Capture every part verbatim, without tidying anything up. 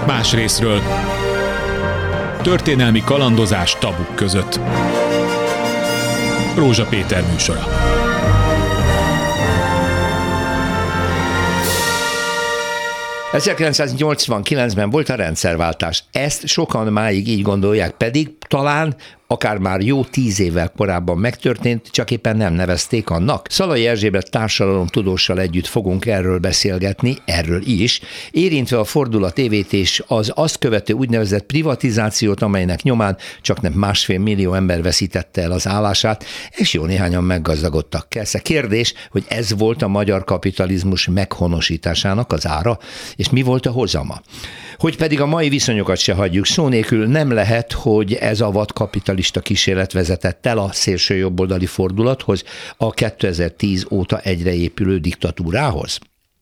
Más részről történelmi kalandozás tabuk között. Rózsa Péter műsora. ezerkilencszáznyolcvankilencben volt a rendszerváltás. Ezt sokan máig így gondolják, pedig talán akár már jó tíz évvel korábban megtörtént, csak éppen nem nevezték annak. Szalai Erzsébet társadalomtudóssal együtt fogunk erről beszélgetni, erről is, érintve a fordulat évét és az azt követő úgynevezett privatizációt, amelynek nyomán csak nem másfél millió ember veszítette el az állását, és jó néhányan meggazdagodtak. Persze kérdés, hogy ez volt a magyar kapitalizmus meghonosításának az ára, és mi volt a hozama. Hogy pedig a mai viszonyokat se hagyjuk szó nélkül, nem lehet, hogy ez a vadkapitalista kísérlet vezetett el a szélső jobboldali fordulathoz, a kétezer-tíz óta egyre épülő diktatúrához.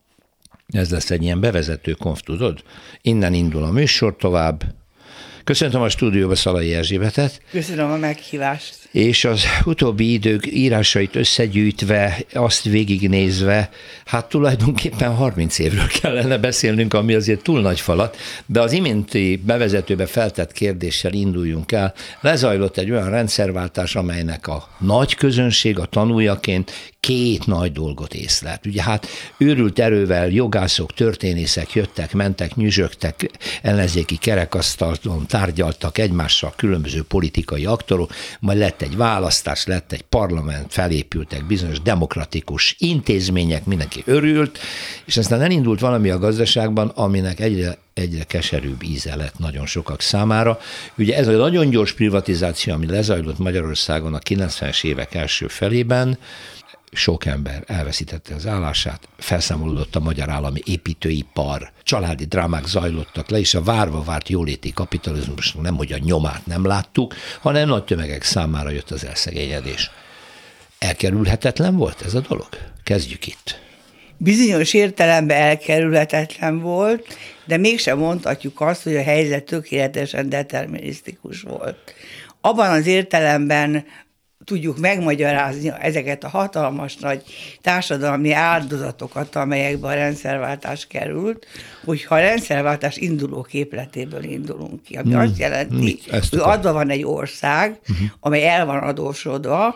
Ez lesz egy ilyen bevezető konf, tudod? Innen indul a műsor tovább. Köszöntöm a stúdióba Szalai Erzsébetet. Köszönöm a meghívást. És az utóbbi idők írásait összegyűjtve, azt végignézve, hát tulajdonképpen harminc évről kellene beszélnünk, ami azért túl nagy falat, de az iménti bevezetőbe feltett kérdéssel induljunk el. Lezajlott egy olyan rendszerváltás, amelynek a nagy közönség a tanújaként két nagy dolgot észlelt. Ugye hát őrült erővel jogászok, történészek jöttek, mentek, nyüzsögtek, ellenzéki kerekasztalon tárgyaltak egymással különböző politikai aktorok, majd lett egy választás, lett egy parlament, felépültek bizonyos demokratikus intézmények, mindenki örült, és aztán elindult valami a gazdaságban, aminek egyre egyre keserűbb íze lett nagyon sokak számára. Ugye ez a nagyon gyors privatizáció, ami lezajlott Magyarországon a kilencvenes évek első felében, sok ember elveszítette az állását, felszámolódott a magyar állami építőipar, családi drámák zajlottak le, és a várva várt jóléti kapitalizmusnak nem, hogy a nyomát nem láttuk, hanem nagy tömegek számára jött az elszegényedés. Elkerülhetetlen volt ez a dolog? Kezdjük itt. Bizonyos értelemben elkerülhetetlen volt, de mégsem mondhatjuk azt, hogy a helyzet tökéletesen determinisztikus volt. Abban az értelemben tudjuk megmagyarázni ezeket a hatalmas nagy társadalmi áldozatokat, amelyekbe a rendszerváltás került, hogyha a rendszerváltás induló képletéből indulunk ki. Ami hmm. azt jelenti, hogy adva van egy ország, uh-huh. amely el van adósodva,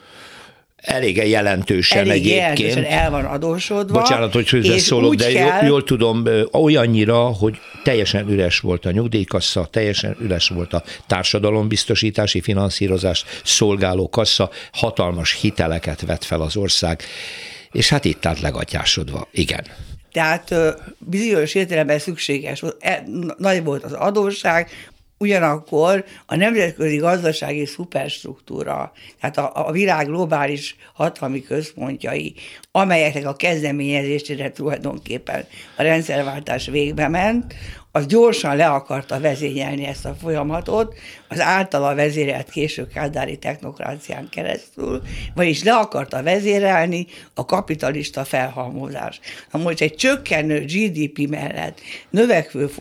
Elég jelentősen Elég egyébként. jelentősen el van adósodva. Bocsánat, hogy hozzászólok, de kell... jól, jól tudom, olyannyira, hogy teljesen üres volt a nyugdíjkassa, teljesen üres volt a társadalombiztosítási finanszírozás szolgáló kassa, hatalmas hiteleket vett fel az ország, és hát itt állt legatyásodva. Igen. Tehát bizonyos értelemben szükséges volt, nagy volt az adósság, ugyanakkor a nemzetközi gazdasági szuperstruktúra, tehát a, a világ globális hatalmi központjai, amelyeknek a kezdeményezésére tulajdonképpen a rendszerváltás végbe ment, az gyorsan le akarta vezényelni ezt a folyamatot, az általa vezérelt késő kádári technokrácián keresztül, vagyis le akarta vezérelni a kapitalista felhalmozás. Na most egy csökkenő gé dé pé mellett, növekvő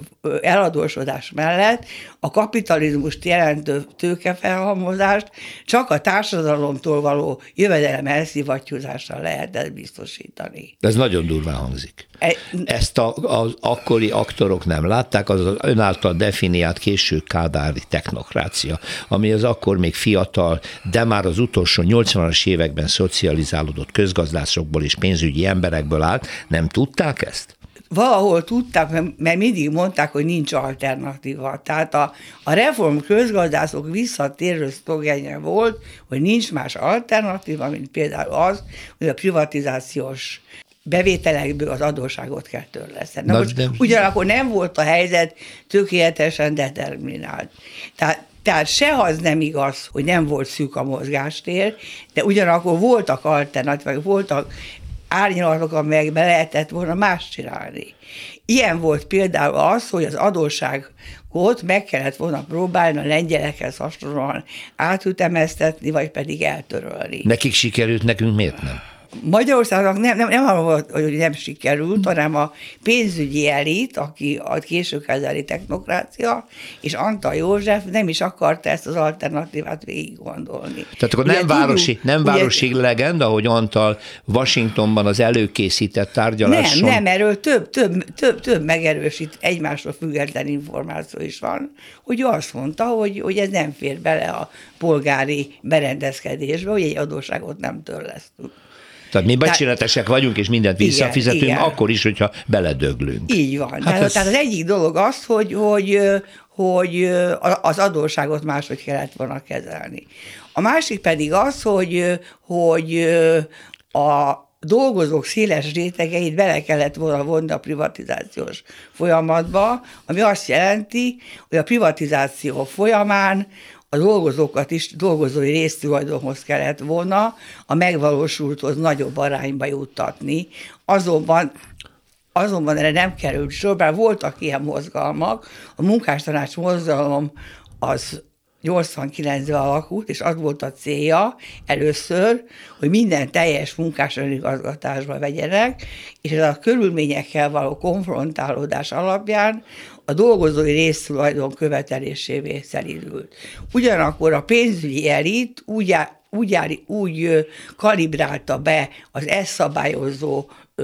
eladósodás mellett a kapitalizmust jelentő tőkefelhalmozást csak a társadalomtól való jövedelem elszivattyúzással lehetett biztosítani. Ez nagyon durván hangzik. E, Ezt a, az akkori aktorok nem látták, az az ön által definiált késő kádári technokrácia, ami az akkor még fiatal, de már az utolsó nyolcvanas években szocializálódott közgazdászokból és pénzügyi emberekből állt. Nem tudták ezt? Valahol tudták, mert mindig mondták, hogy nincs alternatíva. Tehát a, a reform közgazdászok visszatérő szlogenje volt, hogy nincs más alternatíva, mint például az, hogy a privatizációs bevételekből az adósságot kell törleszteni. Na, Na most de... ugyanakkor nem volt a helyzet tökéletesen determinált. Tehát Tehát se az nem igaz, hogy nem volt szűk a mozgástér, de ugyanakkor voltak alternatívák, voltak árnyalatok, amelyekben lehetett volna más csinálni. Ilyen volt például az, hogy az adósságot meg kellett volna próbálni a lengyelekhez hasonlóan átütemeztetni, vagy pedig eltörölni. Nekik sikerült, nekünk miért nem? Magyarországnak nem, nem, nem arra volt, hogy nem sikerült, hanem a pénzügyi elit, aki a késő kezeli technokrácia, és Antall József nem is akarta ezt az alternatívát végig gondolni. Tehát akkor nem ugye, városi, tudjuk, nem városi ugye, legenda, hogy Antall Washingtonban az előkészített tárgyaláson... Nem, nem, erről több, több, több, több megerősít egymásról független információ is van, hogy azt mondta, hogy, hogy ez nem fér bele a polgári berendezkedésbe, hogy egy adósságot nem törlesztünk. Tehát mi becsületesek vagyunk, és mindent visszafizetünk, igen, akkor is, hogyha beledöglünk. Így van. Hát tehát, ez... tehát az egyik dolog az, hogy, hogy, hogy az adósságot máshogy kellett volna kezelni. A másik pedig az, hogy, hogy a dolgozók széles rétegeit bele kellett volna vonni a privatizációs folyamatba, ami azt jelenti, hogy a privatizáció folyamán a dolgozókat is dolgozói résztulajdonhoz kellett volna a megvalósulthoz nagyobb arányba juttatni. Azonban, azonban erre nem került sor, bár voltak ilyen mozgalmak. A munkástanács mozgalom az nyolcvankilencben alakult, és az volt a célja először, hogy minden teljes munkás önigazgatásba vegyenek, és ez a körülményekkel való konfrontálódás alapján a dolgozói résztulajdon követelésévé szelidült. Ugyanakkor a pénzügyi elit úgy, úgy, úgy kalibrálta be az ezt szabályozó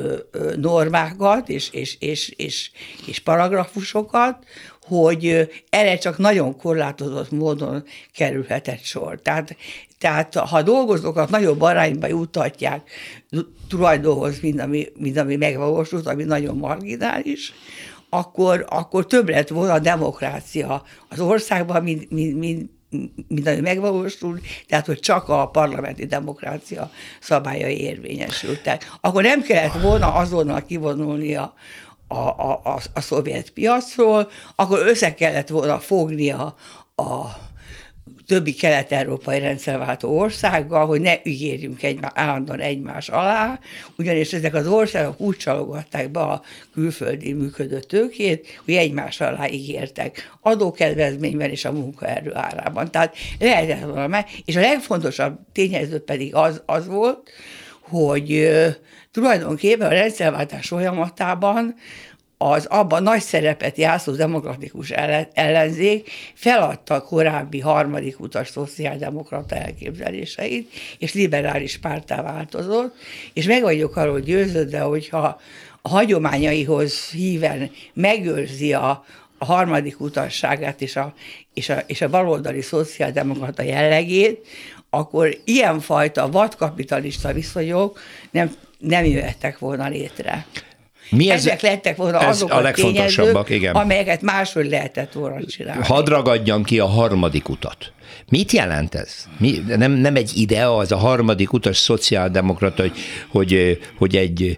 normákat és, és, és, és, és paragrafusokat, hogy erre csak nagyon korlátozott módon kerülhetett sor. Tehát, tehát ha a dolgozókat nagyobb arányba jutatják tulajdonhoz, mint ami, mint ami megvalósult, ami nagyon marginális, akkor, akkor több lett volna a demokrácia az országban, mint, mint, mint, mint ami megvalósul, tehát hogy csak a parlamenti demokrácia szabályai érvényesültek. Akkor nem kellett volna azonnal kivonulni a A, a, a, a szovjet piacról, akkor össze kellett volna fogni a, a többi kelet-európai rendszerváltó országgal, hogy ne ügyérjünk egymá, állandóan egymás alá, ugyanis ezek az országok úgy csalogatták be a külföldi működő tőkét, hogy egymás alá ígértek adókedvezményben és a munkaerő árában. Tehát lehetett volna meg, és a legfontosabb tényező pedig az, az volt, hogy tulajdonképpen a rendszerváltás folyamatában az abban nagy szerepet játszó demokratikus ellenzék feladta a korábbi harmadik utas szociáldemokrata elképzeléseit, és liberális párttá változott, és meg vagyok arról győződve, hogyha a hagyományaihoz híven megőrzi a, a harmadik utasságát és a, és a, és a baloldali szociáldemokrata jellegét, akkor ilyenfajta vadkapitalista viszonyok nem, nem jöhettek volna létre. Mi ez, Ezek lettek volna azok a, a tényezők, igen, amelyeket máshogy lehetett volna csinálni. Hadd ragadjam ki a harmadik utat. Mit jelent ez? Mi, nem, nem egy idea az a harmadik utas szociáldemokrata, hogy, hogy, hogy egy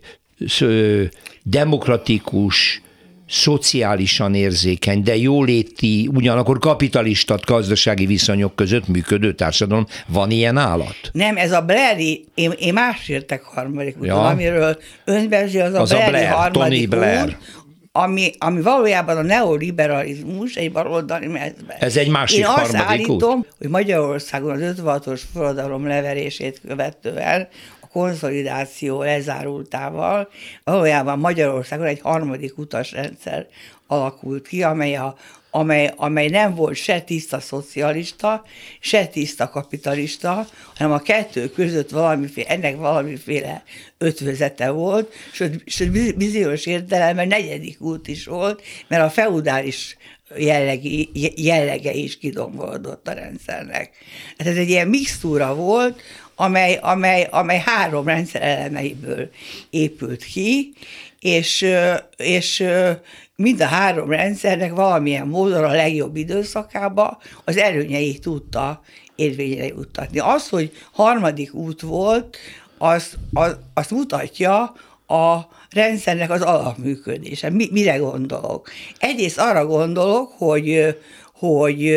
demokratikus, szociálisan érzékeny, de jóléti, ugyanakkor kapitalista gazdasági viszonyok között működő társadalom. Van ilyen állat? Nem, ez a Blairi, én, én más értek harmadik úton, ja. Amiről ön beszél, az, az a Blairi Blair, harmadik út, ami, ami valójában a neoliberalizmus egy baloldali mezbe. Ez egy másik én harmadik út? Én azt állítom, hogy Magyarországon az ötvenhatos forradalom leverését követően konszolidáció lezárultával valójában Magyarországon egy harmadik utasrendszer alakult ki, amely, a, amely, amely nem volt se tiszta szocialista, se tiszta kapitalista, hanem a kettő között valamiféle, ennek valamiféle ötvözete volt, sőt, sőt bizonyos értelemben negyedik út is volt, mert a feudális jellegi, jellege is kidombolodott a rendszernek. Hát ez egy ilyen mixtúra volt, amely, amely, amely három rendszer elemeiből épült ki, és, és mind a három rendszernek valamilyen módon a legjobb időszakába az előnyeit tudta érvényre juttatni. Az, hogy harmadik út volt, az, az, azt mutatja a rendszernek az alapműködése. Mi, mire gondolok? Egyrészt arra gondolok, hogy, hogy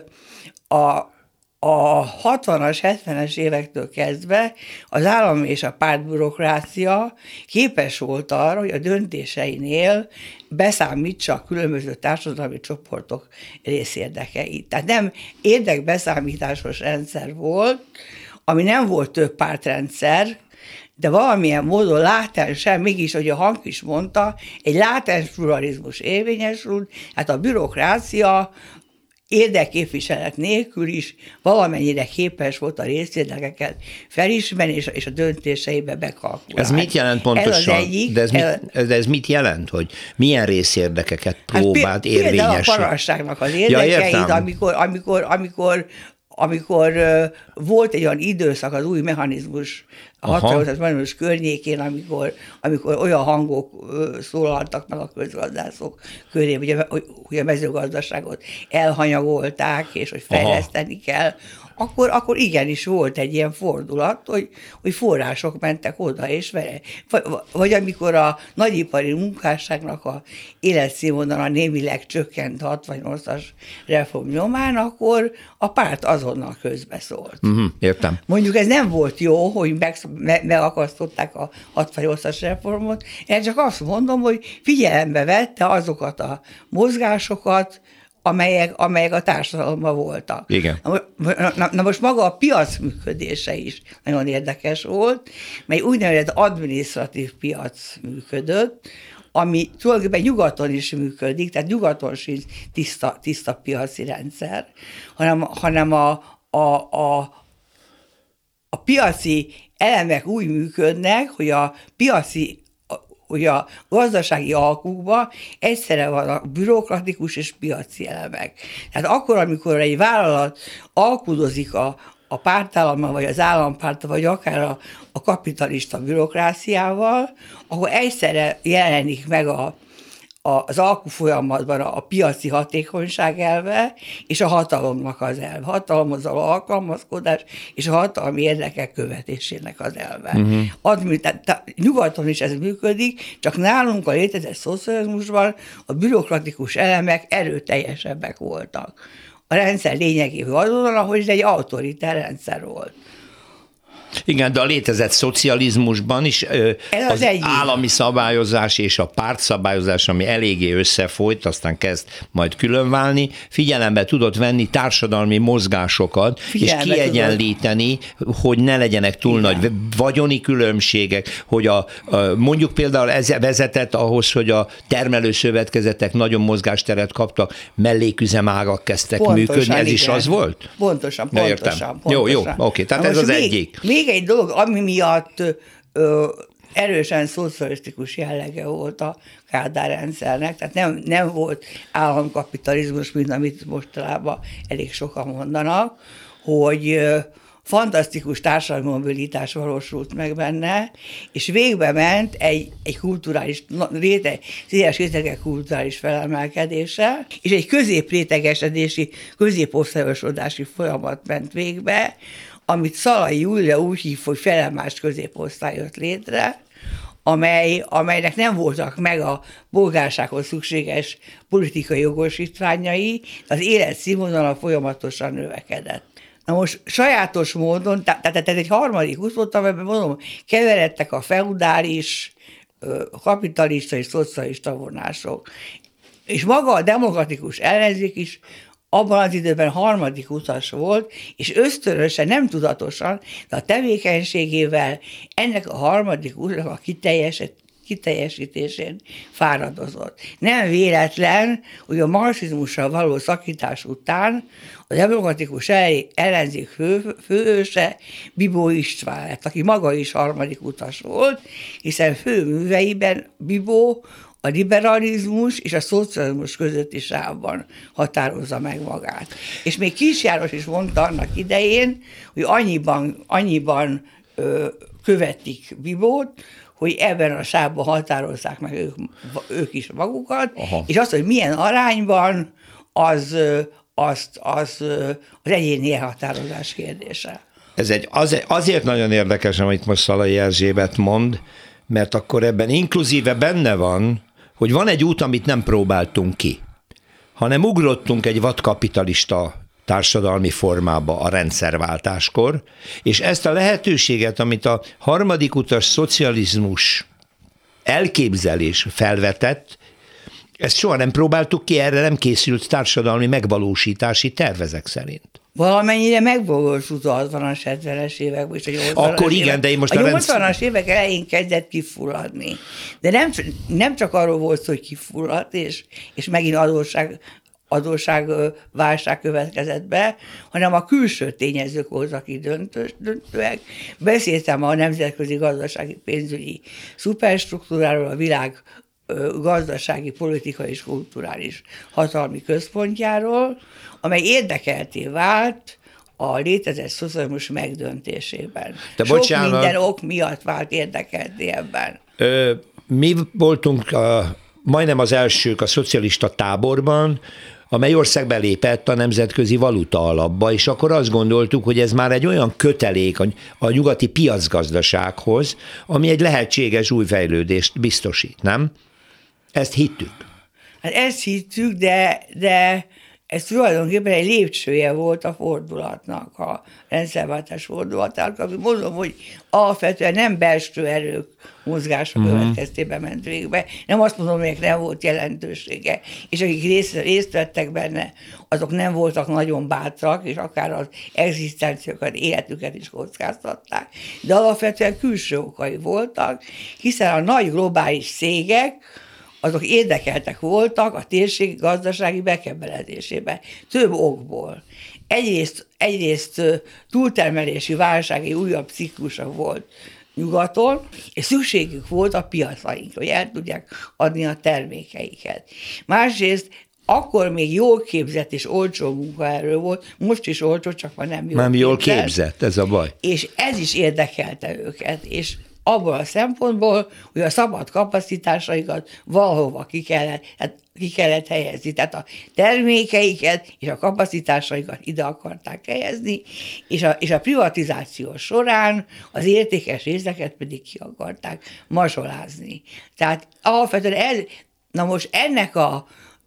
a A hatvanas, hetvenes évektől kezdve az állam és a pártbürokrácia képes volt arra, hogy a döntéseinél beszámítsa a különböző társadalmi csoportok részérdekeit. Tehát nem érdekbeszámításos rendszer volt, ami nem volt több pártrendszer, de valamilyen módon látensen, mégis, hogy a hang is mondta, egy látens pluralizmus érvényesült, hát a bürokrácia érdekképviselet nélkül is valamennyire képes volt a részérdekeket felismerni, és, és a döntéseibe bekalkulálni. Ez mit jelent pontosan? Ez az egyik, de, ez ez, mit, de ez mit jelent, hogy milyen részérdekeket próbált hát érvényesíteni? Például a parasságnak az érdekeit, ja, amikor, amikor, amikor amikor uh, volt egy olyan időszak az új mechanizmus, a határozat mechanizmus környékén, amikor, amikor olyan hangok uh, szólaltak meg a közgazdászok köré, hogy a, hogy a mezőgazdaságot elhanyagolták, és hogy fejleszteni Aha. kell, akkor, akkor igenis volt egy ilyen fordulat, hogy, hogy források mentek oda és vele. Vagy, vagy amikor a nagyipari munkásságnak a életszínvonala némileg csökkent hatvannyolcas reform nyomán, akkor a párt azonnal közbeszólt. Uh-huh, értem. Mondjuk ez nem volt jó, hogy meg, me, megakasztották a hatvannyolcas reformot, én csak azt mondom, hogy figyelembe vette azokat a mozgásokat, amelyek, amelyek a társadalomban voltak. Igen. Na, na, na most maga a piac működése is nagyon érdekes volt, mely úgynevezett adminisztratív piac működött, ami tulajdonképpen nyugaton is működik, tehát nyugaton sincs tiszta, tiszta piaci rendszer, hanem, hanem a, a, a, a piaci elemek úgy működnek, hogy a piaci hogy a gazdasági alkukban egyszerre van a bürokratikus és piaci elemek. Tehát akkor, amikor egy vállalat alkudozik a, a pártállammal, vagy az állampárttal, vagy akár a, a kapitalista bürokráciával, akkor egyszerre jelenik meg a, a, az alkufolyamatban a, a piaci hatékonyság elve, és a hatalomnak az elve. Hatalomhoz való alkalmazkodás, és a hatalmi érdekek követésének az elve. Uh-huh. Admi, tehát, tehát, nyugaton is ez működik, csak nálunk a létezett szocializmusban a bürokratikus elemek erőteljesebbek voltak. A rendszer lényegéből azon, hogy ez egy autoritár rendszer volt. Igen, de a létezett szocializmusban is az, az állami szabályozás és a pártszabályozás, ami eléggé összefolyt, aztán kezd majd különválni, figyelembe tudott venni társadalmi mozgásokat, figyelembe és kiegyenlíteni, tudod. Hogy ne legyenek túl Igen. nagy vagyoni különbségek, hogy a, a, mondjuk például ez vezetett ahhoz, hogy a termelőszövetkezetek nagyon mozgásteret kaptak, melléküzemágak kezdtek pontosan, működni, ez igen. is az volt? Pontosan, pontosan. pontosan. Jó, jó, oké, tehát Na ez az még, egyik. Még egy dolog, ami miatt ö, erősen szocialisztikus jellege volt a Kádár rendszernek, tehát nem, nem volt államkapitalizmus, mint amit mostanában elég sokan mondanak, hogy ö, fantasztikus társadalmi mobilitás valósult meg benne, és végbe ment egy, egy kulturális, réteg, széles rétegek kulturális felemelkedése, és egy középrétegesedési, középosztályosodási folyamat ment végbe, amit Szalai Júlia úgy hív, hogy felemás középosztály jött létre, amely, amelynek nem voltak meg a polgársághoz szükséges politikai jogosítványai, az életszínvonala folyamatosan növekedett. Na most sajátos módon, tehát ez egy harmadik út volt, amelyben mondom, keveredtek a feudális, kapitalista és szocialista vonások. És maga a demokratikus ellenzék is abban az időben harmadik utas volt, és ösztönösen, nem tudatosan, de a tevékenységével ennek a harmadik utasnak a kiteljesítésén fáradozott. Nem véletlen, hogy a marxizmussal való szakítás után a demokratikus ellenzék fő, főhőse Bibó István lett, aki maga is harmadik utas volt, hiszen főműveiben Bibó a liberalizmus és a szocializmus közötti sávban határozza meg magát. És még Kis János is mondta annak idején, hogy annyiban, annyiban ö, követik Bibót, hogy ebben a sávban határozzák meg ők, ők is magukat, Aha. és azt, hogy milyen arányban, az, az, az, az egyéni elhatározás kérdése. Ez egy, az, azért nagyon érdekes, amit most Szalai Erzsébet mond, mert akkor ebben inkluzíve benne van, hogy van egy út, amit nem próbáltunk ki, hanem ugrottunk egy vadkapitalista társadalmi formába a rendszerváltáskor, és ezt a lehetőséget, amit a harmadik utas szocializmus elképzelés felvetett, ezt soha nem próbáltuk ki, erre nem készült társadalmi megvalósítási terv ezek szerint. Valamennyire megvalósult a hatvanas, hetvenes években és a nyolcvanas Akkor igen, évek. de én most a a nyolcvanas rendszer... évek elején kezdett kifulladni. De nem, nem csak arról volt szó, hogy kifulladt, és, és megint adósság, adósságválság következett be, hanem a külső tényezők voltak itt döntő, döntőek. Beszéltem a nemzetközi gazdasági pénzügyi szuperstruktúráról, a világ gazdasági, politikai és kulturális hatalmi központjáról, amely érdekelté vált a létezett szocializmus megdöntésében. De Sok bocsánat, minden ok miatt vált érdekelté ebben. Ö, mi voltunk a, majdnem az elsők a szocialista táborban, amely ország belépett a nemzetközi valuta alapba, és akkor azt gondoltuk, hogy ez már egy olyan kötelék a, a nyugati piacgazdasághoz, ami egy lehetséges új fejlődést biztosít, nem? Ezt hittük. Hát ezt hittük, de, de ez tulajdonképpen egy lépcsője volt a fordulatnak, a rendszerváltás fordulatának, ami mondom, hogy alapvetően nem belső erők mozgása uh-huh. következtében ment végbe. Nem azt mondom, hogy nem volt jelentősége, és akik részt, részt vettek benne, azok nem voltak nagyon bátrak, és akár az egzisztenciákat, életüket is kockáztatták. De alapvetően külső okai voltak, hiszen a nagy globális cégek, azok érdekeltek voltak a térség gazdasági bekebelezésében. Több okból. Egyrészt, egyrészt túltermelési válsági újabb ciklusa volt nyugaton, és szükségük volt a piacainkra, hogy el tudják adni a termékeiket. Másrészt akkor még jól képzett és olcsó munkaerő volt, most is olcsó, csak már nem jól Nem képzett. jól képzett, ez a baj. És ez is érdekelte őket, és abból a szempontból, hogy a szabad kapacitásaikat valahova ki kellett, hát ki kellett helyezni. Tehát a termékeiket és a kapacitásaikat ide akarták helyezni, és a, és a privatizáció során az értékes részeket pedig ki akarták mazsolázni. Tehát alapvetően ez, na most ennek a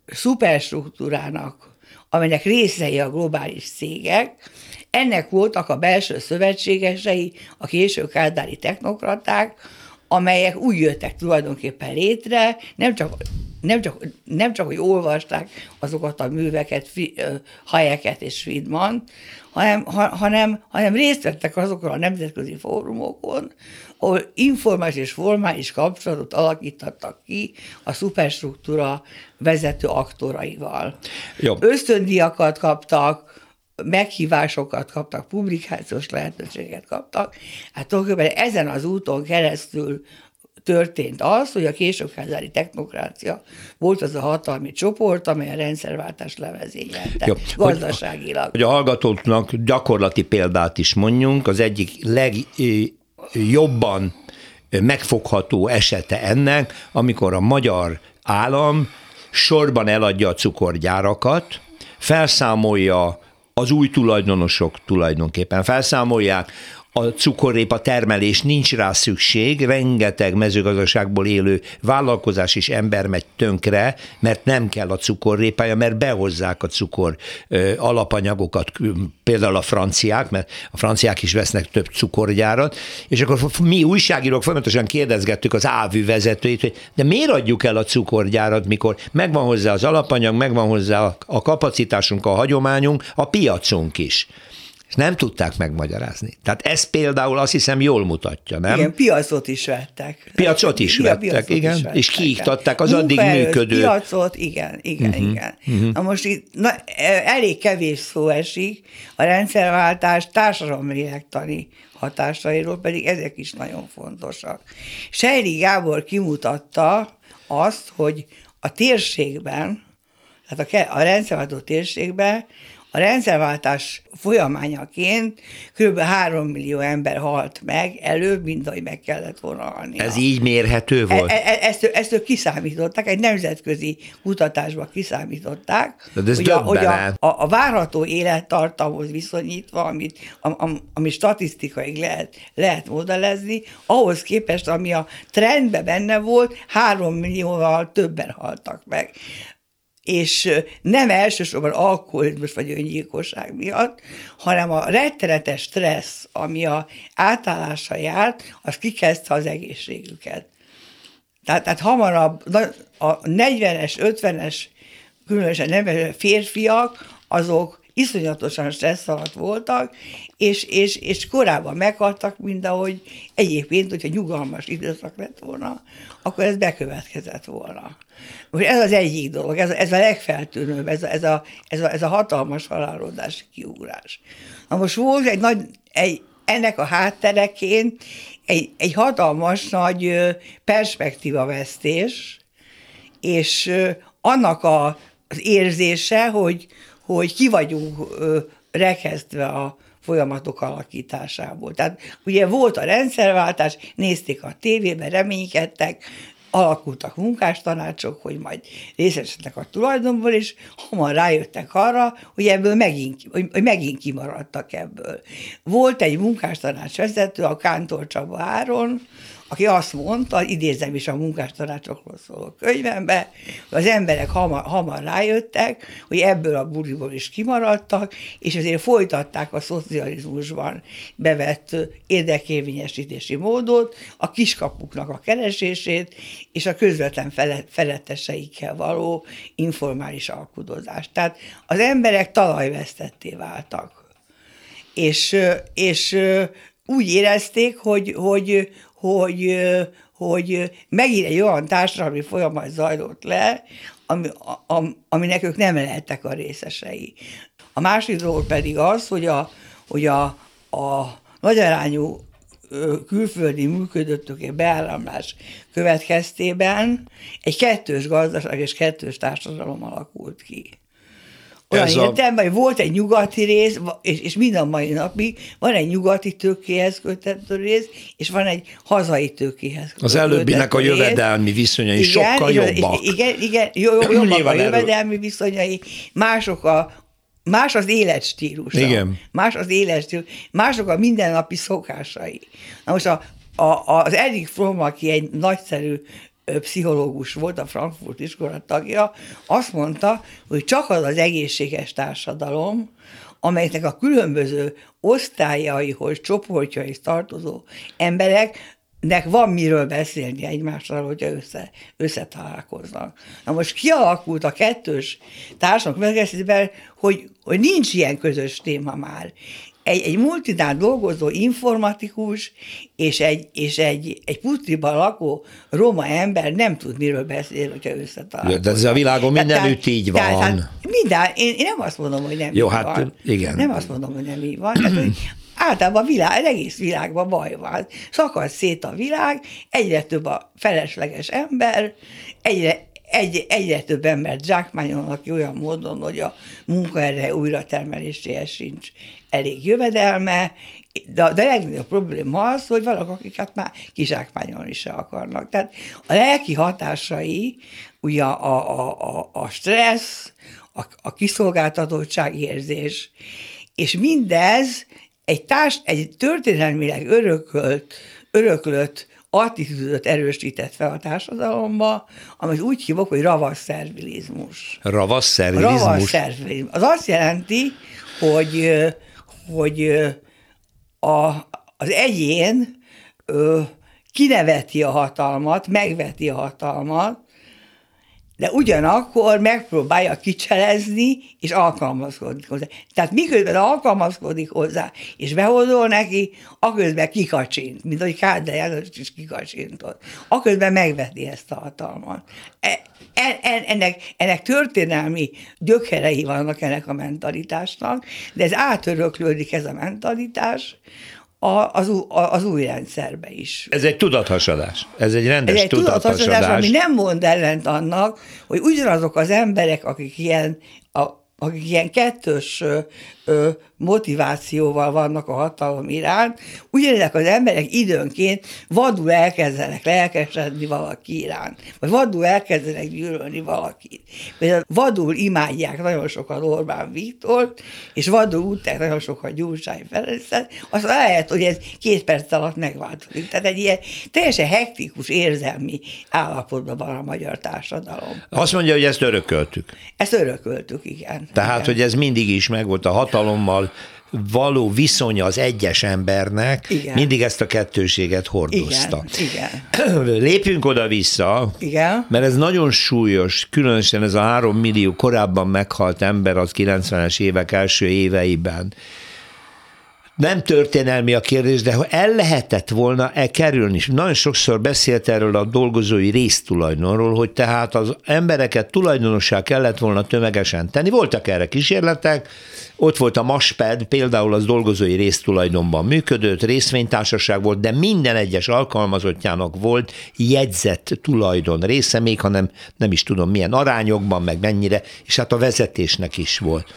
szuperstruktúrának, amelynek részei a globális cégek, ennek voltak a belső szövetségesei, a késő kádári technokraták, amelyek úgy jöttek tulajdonképpen létre, nem csak, nem csak, nem csak hogy olvasták azokat a műveket, Hayeket és Friedman, hanem, hanem, hanem részt vettek azokon a nemzetközi fórumokon, ahol informális és formális kapcsolatot alakítottak ki a szuperstruktúra vezető aktoraival. Jó. Ösztöndíjakat kaptak, meghívásokat kaptak, publikációs lehetőséget kaptak. Hát tulajdonképpen ezen az úton keresztül történt az, hogy a későkázári technokrácia volt az a hatalmi csoport, amely a rendszerváltást levezényelte Jó, gazdaságilag. Hogy, hogy a hallgatóknak gyakorlati példát is mondjunk, az egyik legjobban megfogható esete ennek, amikor a magyar állam sorban eladja a cukorgyárakat, felszámolja az új tulajdonosok tulajdonképpen, felszámolják a cukorrépa termelés, nincs rá szükség, rengeteg mezőgazdaságból élő vállalkozás és ember megy tönkre, mert nem kell a cukorrépája, mert behozzák a cukor alapanyagokat, például a franciák, mert a franciák is vesznek több cukorgyárat, és akkor mi újságírók folyamatosan kérdezgettük az ÁVÜ vezetőit, hogy de miért adjuk el a cukorgyárat, mikor megvan hozzá az alapanyag, megvan hozzá a kapacitásunk, a hagyományunk, a piacunk is. És nem tudták megmagyarázni. Tehát ez például azt hiszem jól mutatja, nem? Igen, piacot is vettek. Piacot is igen, vettek, piacot igen, is vettek, és kiiktatták az addig működő. Piacot, igen, igen, uh-huh, igen. Uh-huh. Na most itt na, elég kevés szó esik a rendszerváltás társadalomlélektani hatásairól, pedig ezek is nagyon fontosak. Sejri Gábor kimutatta azt, hogy a térségben, tehát a, a rendszerváltó térségben a rendszerváltás folyamányaként kb. három millió ember halt meg előbb, mint ahogy meg kellett volna halni. Ez így mérhető volt? E, e, ezt, ezt ők kiszámították, egy nemzetközi kutatásban kiszámították, de ez hogy, a, hogy a, a, a várható élettartamhoz viszonyítva, amit, a, a, ami statisztikailag lehet, lehet modellezni, ahhoz képest, ami a trendben benne volt, három millióval többen haltak meg. És nem elsősorban alkoholizmus vagy öngyilkosság miatt, hanem a rettenetes stressz, ami a átállással járt, az kikezdte az egészségüket. Tehát, tehát hamarabb a negyvenes, ötvenes, különösen nem férfiak, azok iszonyatosan stressz alatt voltak, és, és, és korábban meghaltak, mint ahogy egyébként, hogyha nyugalmas időszak lett volna, akkor ez bekövetkezett volna. Most ez az egyik dolog, ez, ez a legfeltűnőbb, ez a, ez, a, ez, a, ez a hatalmas halálozási kiugrás. Na most volt egy nagy, egy, ennek a háttereként egy, egy hatalmas nagy perspektívavesztés, és annak a, az érzése, hogy, hogy ki vagyunk rekesztve a folyamatok alakításából. Tehát ugye volt a rendszerváltás, nézték a tévében, reménykedtek, alakultak munkástanácsok, hogy majd részesednek a tulajdonból, és hamar rájöttek arra, hogy ebből megint, hogy megint kimaradtak ebből. Volt egy munkástanács vezető, a Kántor Csaba Áron, aki azt mondta, idézem is a munkástanácsokról szóló könyvembe, hogy az emberek hamar, hamar rájöttek, hogy ebből a buliból is kimaradtak, és ezért folytatták a szocializmusban bevett érdekérvényesítési módot, a kiskapuknak a keresését, és a közvetlen feletteseikkel való informális alkudozást. Tehát az emberek talajvesztetté váltak. És, és úgy érezték, hogy, hogy hogy, hogy megint egy olyan társadalmi folyamat zajlott le, ami, aminek ők nem lehettek a részesei. A másik dolog pedig az, hogy a, hogy a, a nagyarányú külföldi működőtőké beáramlás következtében egy kettős gazdaság és kettős társadalom alakult ki. Olyan értelemben, hogy volt egy nyugati rész, és, és mind a mai napig van egy nyugati tőkéhez köthető rész, és van egy hazai tőkéhez köthető Az előbbinek a jövedelmi viszonyai igen, sokkal és jobbak. És igen, igen, jobbak a jövedelmi viszonyai, mások a, más az életstílusa, igen. más az életstílus, mások a mindennapi szokásai. Na most a, a, az Erich Fromm, aki egy nagyszerű pszichológus volt, a Frankfurt iskola tagja, azt mondta, hogy csak az az egészséges társadalom, amelynek a különböző osztályaihoz, csoportjaihoz tartozó embereknek van miről beszélni egymással, hogyha össze, összetalálkoznak. Na most kialakult a kettős társadalom következtében, hogy, hogy nincs ilyen közös téma már. Egy, egy multinál dolgozó informatikus és egy, és egy, egy pusztiban lakó roma ember nem tud miről beszélni, hogyha összetalálkoznak. De ez a világon mindenütt így van. Tehát, tehát minden, én, én nem azt mondom, hogy nem Jó, így hát van. Igen. Nem azt mondom, hogy nem így van. Tehát, hogy általában a világ, az egész világban baj van. Szakad szét a világ, egyre több a felesleges ember, egyre Egy, egyre több embert zsákmányolnak ki olyan módon, hogy a munkaerő újratermeléséhez sincs elég jövedelme, de, de a legnagyobb probléma az, hogy vannak, akiket már kizsákmányolni se akarnak. Tehát a lelki hatásai, ugye a, a, a, a stressz, a, a kiszolgáltatottságérzés, és mindez egy, társ, egy történelmileg örökölt, öröklött attitűdöt erősített fel a társadalomba, amit úgy hívok, hogy ravasz-szervilizmus. Ravasz-szervilizmus? Ravasz-szervilizmus. Az azt jelenti, hogy, hogy a, az egyén kineveti a hatalmat, megveti a hatalmat, de ugyanakkor megpróbálja kicselezni, és alkalmazkodik hozzá. Tehát miközben alkalmazkodik hozzá, és behozol neki, aközben kikacsint, mint ahogy Kádár János is kikacsintott. Aközben megveti ezt a hatalmat. Ennek, ennek történelmi gyökerei vannak ennek a mentalitásnak, de ez átöröklődik ez a mentalitás, Az, az új rendszerbe is. Ez egy tudathasadás. Ez egy rendes Ez egy tudathasadás, tudathasadás, ami nem mond ellent annak, hogy ugyanazok az emberek, akik ilyen, a, akik ilyen kettős ö, ö, motivációval vannak a hatalom iránt, ugyanezek az emberek időnként vadul elkezdenek lelkesedni valaki iránt, vagy vadul elkezdenek gyűlölni valakit. Például vadul imádják nagyon sokan Orbán Viktort, és vadul utják nagyon sokan Gyurcsány Ferencet, azt lehet, hogy ez két perc alatt megváltozik. Tehát egy ilyen teljesen hektikus érzelmi állapotban van a magyar társadalom. Azt mondja, hogy ezt örököltük. Ezt örököltük, igen. Tehát, igen. hogy ez mindig is megvolt a hatalommal, való viszonya az egyes embernek igen. mindig ezt a kettőséget hordozta. Igen, igen. Lépjünk oda-vissza, igen. mert ez nagyon súlyos, különösen ez a három millió korábban meghalt ember az kilencvenes évek első éveiben. Nem történelmi a kérdés, de ha el lehetett volna el kerülni, és nagyon sokszor beszélt erről a dolgozói résztulajdonról, hogy tehát az embereket tulajdonossá kellett volna tömegesen tenni. Voltak erre kísérletek, ott volt a MASPED, például az dolgozói résztulajdonban működött, részvénytársaság volt, de minden egyes alkalmazottjának volt jegyzett tulajdon része, még ha nem, nem is tudom milyen arányokban, meg mennyire, és hát a vezetésnek is volt.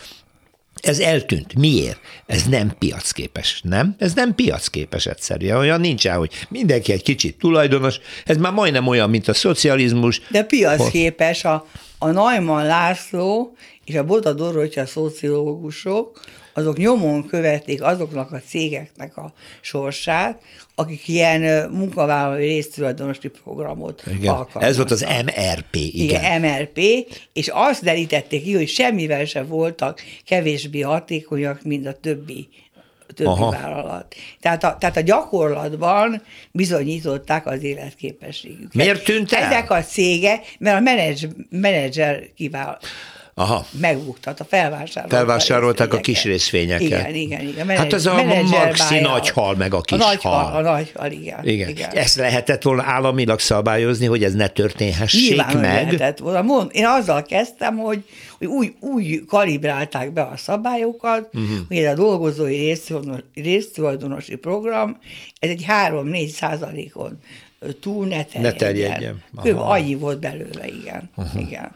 Ez eltűnt. Miért? Ez nem piacképes, nem? Ez nem piacképes egyszerűen. Olyan nincsen, hogy mindenki egy kicsit tulajdonos. Ez már majdnem olyan, mint a szocializmus. De piacképes. A, a Neumann László és a Boda Dorottya szociológusok, azok nyomon követték azoknak a cégeknek a sorsát, akik ilyen munkavállalói résztulajdonosi programot igen. alkalmaztak. Ez volt az em er pé, igen. Igen, em er pé, és azt derítették ki, hogy semmivel sem voltak kevésbé hatékonyak, mint a többi, többi vállalat. Tehát a, tehát a gyakorlatban bizonyították az életképességüket. Miért tűnt el? Ezek a cégek, mert a menedzs, menedzser kivál. Aha. Megbuktat, a felvásárolták. Felvásárolták a kis részvényeket. Igen, igen, igen. Menedzs, hát ez a maxi nagy hal, meg a kis a nagy hal. hal. A nagy hal, igen, igen. igen. Ezt lehetett volna államilag szabályozni, hogy ez ne történhessék Nyilván, meg? lehetett volna. Én azzal kezdtem, hogy, hogy úgy, úgy kalibrálták be a szabályokat, uh-huh. hogy ez a dolgozói résztulajdonosi program, ez egy három-négy százalékon túl ne terjedjen. Ne terjedjen. Kb. Annyi volt belőle, igen. Uh-huh. igen.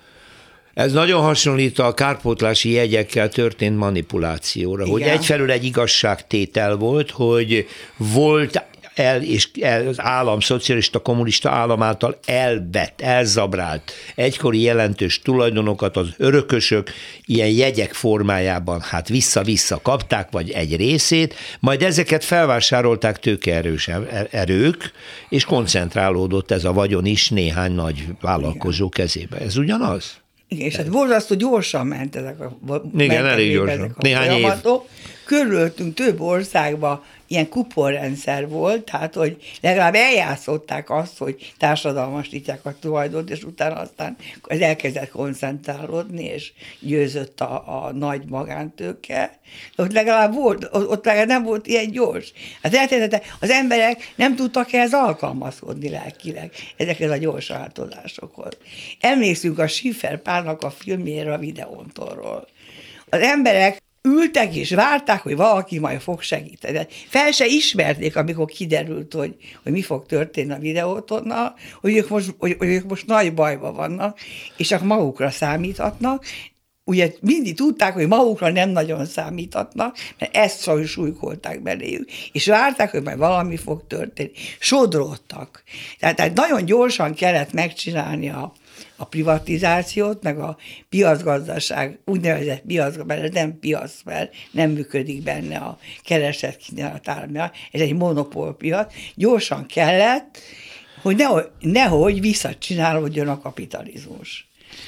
Ez nagyon hasonlít a kárpótlási jegyekkel történt manipulációra, igen. hogy egyfelől egy igazságtétel volt, hogy volt el, és el, az állam, szocialista, kommunista állam által elvett, elzabrált egykori jelentős tulajdonokat az örökösök ilyen jegyek formájában hát vissza-vissza kapták, vagy egy részét, majd ezeket felvásárolták tőkeerős erők, és koncentrálódott ez a vagyon is néhány nagy vállalkozó igen. kezébe. Ez ugyanaz? Igen, és hát borzasztó gyorsan ment ezek a, igen, elég gyorsan. Néhány folyamatok. Körülöttünk több országban ilyen kuponrendszer volt, tehát hogy legalább eljátszották azt, hogy társadalmasítják a tulajdont, és utána aztán ez elkezdett koncentrálódni, és győzött a, a nagy magántőke. De ott legalább volt, ott legalább nem volt ilyen gyors. Hát eltette, az emberek nem tudtak ehhez alkalmazkodni lelkileg, ezekhez a gyors változásokhoz. Emlékszünk a Schiffer Pálnak a filmjére, a Videóntorról. Az emberek ültek és várták, hogy valaki majd fog segíteni. Fel se ismerték, amikor kiderült, hogy, hogy mi fog történni a Videótonnal, hogy ők, most, hogy, hogy ők most nagy bajban vannak, és csak magukra számíthatnak. Ugye mindig tudták, hogy magukra nem nagyon számíthatnak, mert ezt sajnos súlykolták beléjük, és várták, hogy majd valami fog történni. Sodródtak. Tehát, tehát nagyon gyorsan kellett megcsinálni a a privatizációt, meg a piacgazdaság, úgynevezett piacgazdaság, mert ez nem piac, mert nem működik benne a kereslet kínálat áramlás, ez egy monopólpiac, gyorsan kellett, hogy nehogy, nehogy visszacsinálódjon a kapitalizmus.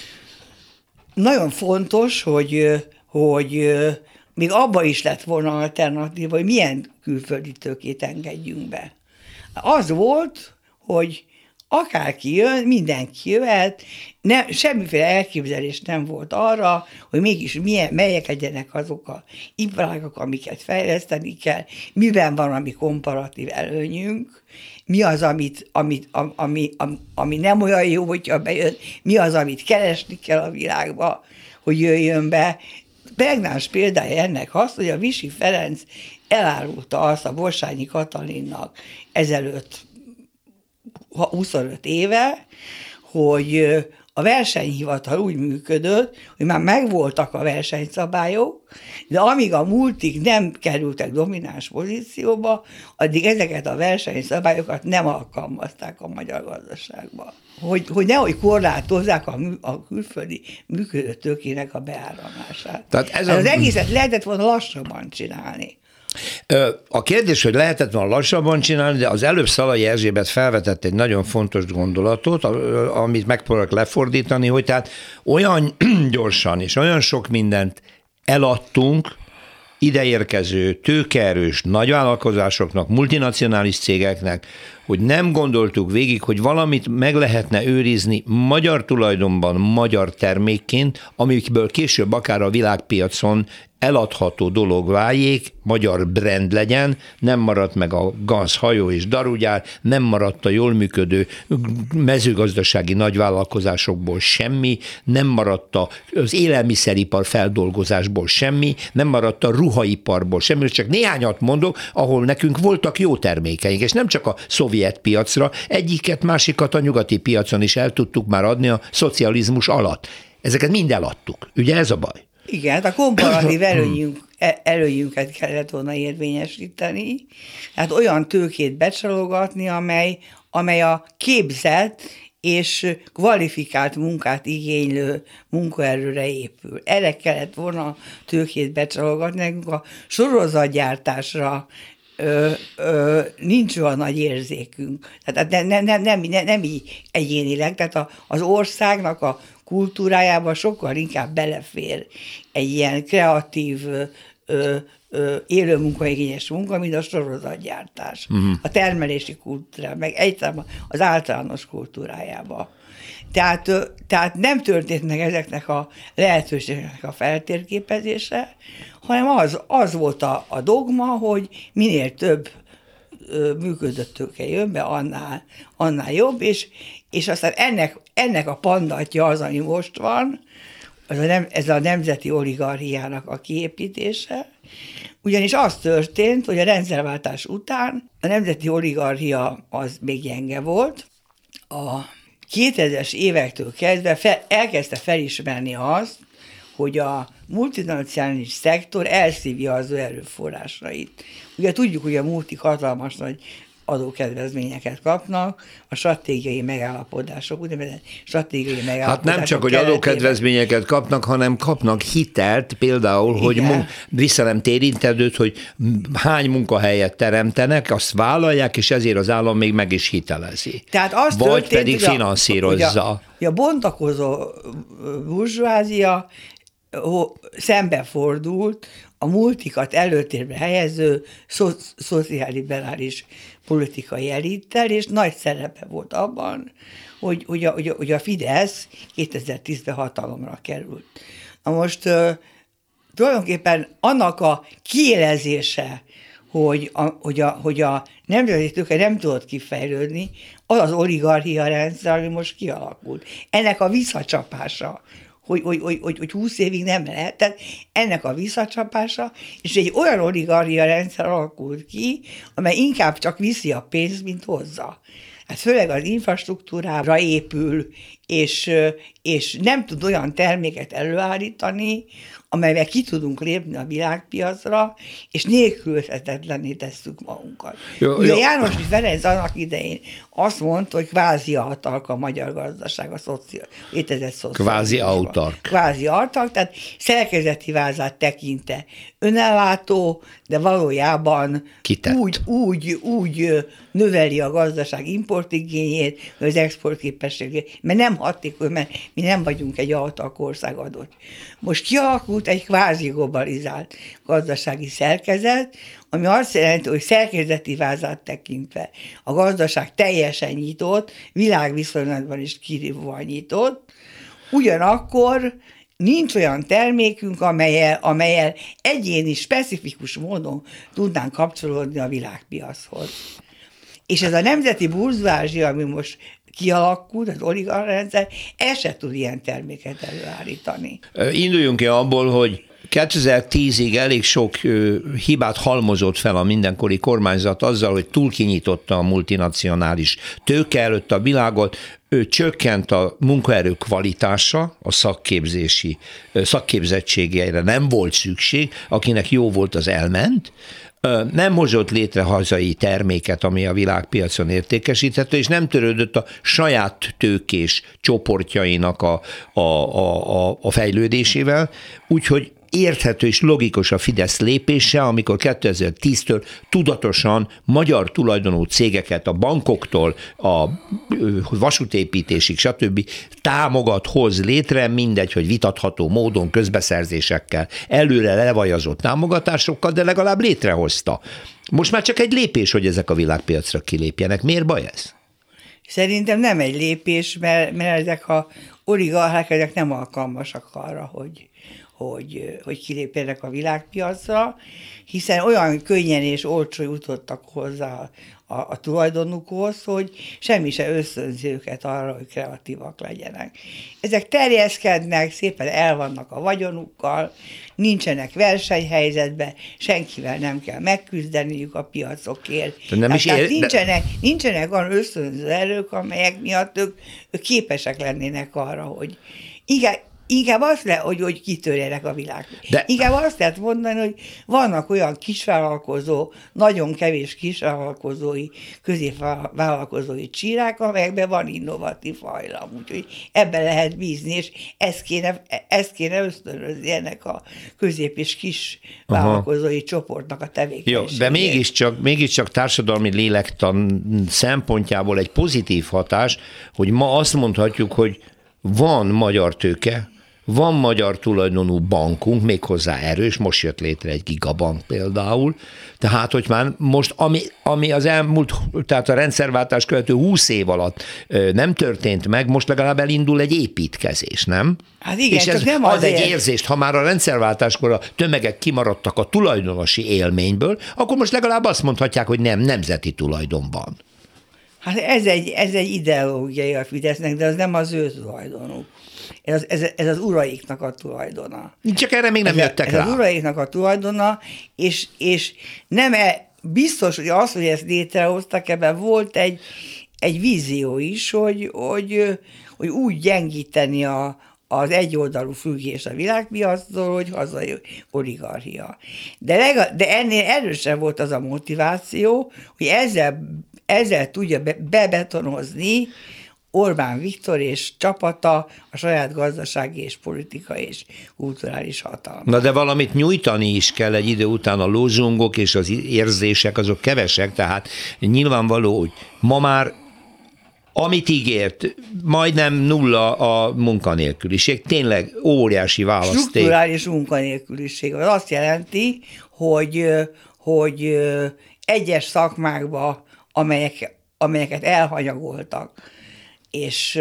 Nagyon fontos, hogy, hogy még abba is lett volna alternatíva, hogy milyen külföldi tőkét engedjünk be. Az volt, hogy akárki jön, mindenki jöhet, nem, semmiféle elképzelés nem volt arra, hogy mégis milyen, melyek legyenek azok a iparágak, amiket fejleszteni kell, miben van a mi komparatív előnyünk, mi az, amit, amit, ami, ami, ami nem olyan jó, hogyha bejön, mi az, amit keresni kell a világba, hogy jöjjön be. Pregnáns példája ennek az, hogy a Visy Ferenc elárulta azt a Borsányi Katalinnak ezelőtt huszonöt éve, hogy a versenyhivatal úgy működött, hogy már megvoltak a versenyszabályok, de amíg a multik nem kerültek domináns pozícióba, addig ezeket a versenyszabályokat nem alkalmazták a magyar gazdaságban. Hogy, hogy nehogy korlátozzák a, mű, a külföldi működő tőkének a beáramlását. Tehát ez a... Az egészet lehetett volna lassabban csinálni. A kérdés, hogy lehetett volna lassabban csinálni, de az előbb Szalai Erzsébet felvetett egy nagyon fontos gondolatot, amit megpróbálok lefordítani, hogy tehát olyan gyorsan és olyan sok mindent eladtunk, ideérkező, tőkeerős nagyvállalkozásoknak, multinacionális cégeknek, hogy nem gondoltuk végig, hogy valamit meg lehetne őrizni magyar tulajdonban, magyar termékként, amikből később akár a világpiacon eladható dolog váljék, magyar brand legyen, nem maradt meg a Ganz hajó és darugyár, nem maradt a jól működő mezőgazdasági nagyvállalkozásokból semmi, nem maradt az élelmiszeripar feldolgozásból semmi, nem maradt a ruhaiparból semmi, csak néhányat mondok, ahol nekünk voltak jó termékeink, és nem csak a szovjet piacra, egyiket, másikat a nyugati piacon is el tudtuk már adni a szocializmus alatt. Ezeket mind eladtuk. Ugye ez a baj? Igen, a komparatív előnyünk, előnyünket kellett volna érvényesíteni, tehát olyan tőkét becsalogatni, amely, amely a képzett és kvalifikált munkát igénylő munkaerőre épül. Erre kellett volna tőkét becsalogatni, nekünk a sorozatgyártásra Ö, ö, nincs olyan nagy érzékünk. Tehát nem, nem, nem, nem, nem, nem így egyénileg, tehát a, az országnak a kultúrájában sokkal inkább belefér egy ilyen kreatív, ö, ö, élő munkaigényes munka, mint a sorozatgyártás. Uh-huh. A termelési kultúra, meg egyáltalán az általános kultúrájába. Tehát, tehát nem történt meg ezeknek a lehetőségeknek a feltérképezése, hanem az, az volt a, a dogma, hogy minél több ö, működött tőke jön be, annál, annál jobb, és, és aztán ennek, ennek a pandatja az, ami most van, az a nem, ez a nemzeti oligarchiának a kiépítése, ugyanis az történt, hogy a rendszerváltás után a nemzeti oligarchia az még gyenge volt, a kétezres évektől kezdve fel, elkezdte felismerni azt, hogy a multinacionális szektor elszívja az ő erőforrásait. Ugye tudjuk, hogy a multik hatalmas nagy adókedvezményeket kapnak, a stratégiai megállapodások, úgynevezett stratégiai megállapodások. Hát nem csak, hogy adókedvezményeket kapnak, hanem kapnak hitelt, például, igen, hogy mun- vissza nem térintedőt, hogy hány munkahelyet teremtenek, azt vállalják, és ezért az állam még meg is hitelezi. Tehát az Vagy történt, pedig hogy a, finanszírozza. Hogy a, hogy a bontakozó burzsvázia szembefordult a multikat előtérbe helyező szo- szociálliberális politikai elittel, és nagy szerepe volt abban, hogy, hogy, a, hogy, a, hogy a Fidesz kétezer-tízben hatalomra került. Na most tulajdonképpen annak a kiélezése, hogy a, hogy a, hogy a nemzeti tőke nem tudott kifejlődni, az az oligarchia rendszer, ami most kialakult. Ennek a visszacsapása, hogy, hogy, hogy, hogy, hogy húsz évig nem lehetett, ennek a visszacsapása, és egy olyan oligarchia rendszer alakult ki, amely inkább csak viszi a pénzt, mint hozza. Hát főleg az infrastruktúrára épül, és, és nem tud olyan terméket előállítani, amelyvel ki tudunk lépni a világpiacra, és nélkülözhetetlenné tesszük magunkat. Jó, Ugye jó. János Ferenc annak idején azt mondta, hogy kvázi autark a magyar gazdaság, a szociál, létezett szociális. Kvázi autark. Kvázi autark, tehát szerkezeti vázát tekinte önellátó, de valójában úgy, úgy, úgy növeli a gazdaság importigényét, az exportképességét, mert nem hatékony, mert mi nem vagyunk egy autark ország adott. Most kialakult egy kvázi globalizált gazdasági szerkezet, ami azt jelenti, hogy szerkezeti vázát tekintve a gazdaság teljesen nyitott, világviszonylatban is kirívóan nyitott, ugyanakkor nincs olyan termékünk, amelyel, amelyel egyéni, specifikus módon tudnánk kapcsolódni a világpiachoz. És ez a nemzeti burzsvázsia, ami most kialakult, az oligarchrendszer, el se tud ilyen terméket előállítani. Induljunk ki abból, hogy kétezer-tízig elég sok hibát halmozott fel a mindenkori kormányzat azzal, hogy túl kinyitotta a multinacionális tőke előtt a világot, ő csökkent a munkaerő kvalitása, a szakképzési, szakképzettségére nem volt szükség, akinek jó volt, az elment, nem hozott létre hazai terméket, ami a világpiacon értékesíthető, és nem törődött a saját tőkés csoportjainak a, a, a, a fejlődésével, úgyhogy érthető és logikus a Fidesz lépése, amikor kétezer-tíztől tudatosan magyar tulajdonú cégeket a bankoktól, a vasútépítésig, stb. Támogat, hoz létre, mindegy, hogy vitatható módon, közbeszerzésekkel, előre levajazott támogatásokkal, de legalább létrehozta. Most már csak egy lépés, hogy ezek a világpiacra kilépjenek. Miért baj ez? Szerintem nem egy lépés, mert, mert ezek a oligarchák, ezek nem alkalmasak arra, hogy, hogy, hogy kilépjenek a világpiacra, hiszen olyan könnyen és olcsó jutottak hozzá a, a tulajdonukhoz, hogy semmi se ösztönzi őket arra, hogy kreatívak legyenek. Ezek terjeszkednek, szépen el vannak a vagyonukkal, nincsenek versenyhelyzetben, senkivel nem kell megküzdeniük a piacokért. Nem tehát, is ér... tehát nincsenek, nincsenek olyan ösztönző erők, amelyek miatt ők, ők képesek lennének arra, hogy igen, inkább azt lehet, hogy, hogy kitörjenek a világba. De... Inkább azt lehet mondani, hogy vannak olyan kisvállalkozó, nagyon kevés kisvállalkozói, középvállalkozói csírák, amelyekben van innovatív hajlam, úgyhogy ebben lehet bízni, és ezt kéne, ezt kéne ösztönözni ennek a közép- és kis vállalkozói Aha. csoportnak a tevékenységét. Jó, de mégiscsak, mégiscsak társadalmi lélektan szempontjából egy pozitív hatás, hogy ma azt mondhatjuk, hogy van magyar tőke, van magyar tulajdonú bankunk, méghozzá erős, most jött létre egy gigabank például, tehát hogy már most, ami, ami az elmúlt, tehát a rendszerváltás követő húsz év alatt nem történt meg, most legalább elindul egy építkezés, nem? Hát igen, és ez nem ad azért. egy érzést, ha már a rendszerváltáskor a tömegek kimaradtak a tulajdonosi élményből, akkor most legalább azt mondhatják, hogy nem, nemzeti tulajdon van. Hát ez egy, ez egy ideológiai a Fidesznek, de az nem az ő tulajdonuk. Ez, ez, ez az uraiknak a tulajdona. Csak erre még nem ez jöttek ez rá. Ez az uraiknak a tulajdona, és, és nem e, biztos, hogy az, hogy ezt létrehoztak, ebben volt egy, egy vízió is, hogy, hogy, hogy úgy gyengíteni a, az egyoldalú függés a világpiactól, hogy hazai oligarchia. De, legalább, de ennél erősebb volt az a motiváció, hogy ezzel, ezzel tudja be, bebetonozni Orbán Viktor és csapata a saját gazdasági és politikai és kulturális hatalmat. Na de valamit nyújtani is kell egy idő után, a lózsungok és az érzések azok kevesek, tehát nyilvánvaló, hogy ma már amit ígért, majdnem nulla a munkanélküliség, tényleg óriási választék. Strukturális munkanélküliség. Az azt jelenti, hogy, hogy egyes szakmákba, amelyek, amelyeket elhanyagoltak, és,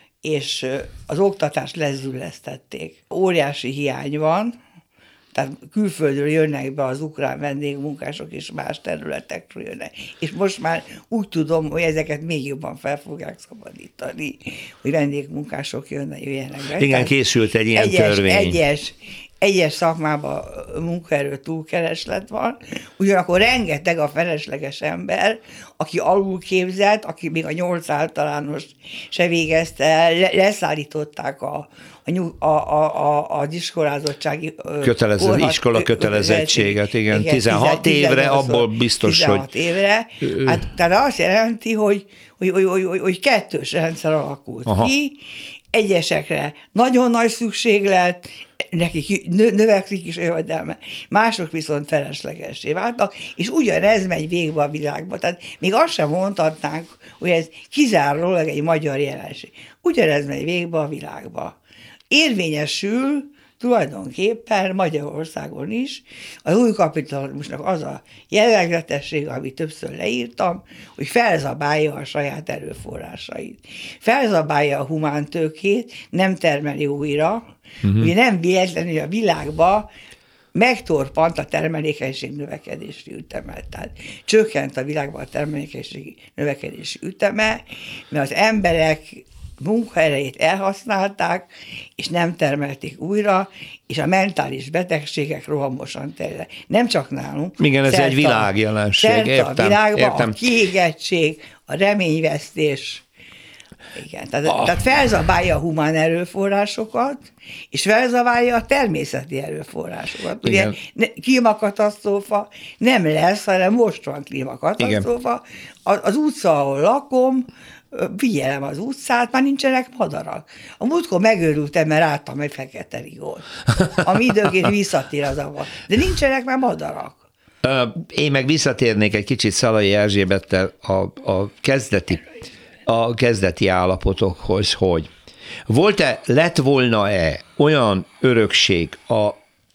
és az oktatást lezüllesztették. Óriási hiány van, tehát külföldről jönnek be az ukrán vendégmunkások, és más területekről jönnek. És most már úgy tudom, hogy ezeket még jobban fel fogják szabadítani, hogy vendégmunkások jönnek, jöjjenek be. Igen, tehát készült egy ilyen egyes, törvény. Egyes, egyes szakmában munkaerő túlkereslet van, ugyanakkor rengeteg a felesleges ember, aki alulképzett, aki még a nyolc általános se végezte el, leszállították a, a, a, a, az iskolázottsági Kötelező, korhat, iskola kötelezettséget, igen, igen tizenhat évre, abból biztos, tizenhat hogy... évre, hát, tehát azt jelenti, hogy, hogy, hogy, hogy, hogy kettős rendszer alakult Aha. ki, egyesekre nagyon nagy szükséglet, nekik növekszik is a jövedelme, mások viszont feleslegessé váltak, és ugyanez megy végbe a világba. Tehát még azt sem mondhatnánk, hogy ez kizárólag egy magyar jelenség. Ugyanez megy végbe a világba. Érvényesül tulajdonképpen Magyarországon is az új kapitalizmusnak az a jellegzetessége, amit többször leírtam, hogy felzabálja a saját erőforrásait. Felzabálja a humántőkét, nem termeli újra, uh-huh. ugye nem véletlenül a világban megtorpant a termelékenység növekedési üteme. Tehát csökkent a világban a termelékenység növekedési üteme, mert az emberek munkaerejét elhasználták, és nem termelték újra, és a mentális betegségek rohamosan terjednek. Nem csak nálunk. Igen, ez egy világjelenség. Értem, a világban értem. A kiégettség, a reményvesztés. Igen, tehát, ah. tehát felzabálja a humán erőforrásokat, és felzabálja a természeti erőforrásokat. Ugye klímakatasztrófa nem lesz, hanem most van klímakatasztrófa. Az, az utca, ahol lakom, figyelem az utcát, már nincsenek madarak. A múltkor megőrültem, mert láttam egy fekete rigót, ami időként visszatér az avval. De nincsenek már madarak. Én meg visszatérnék egy kicsit Szalai Erzsébettel a, a, kezdeti, a kezdeti állapotokhoz, hogy volt-e, lett volna-e olyan örökség a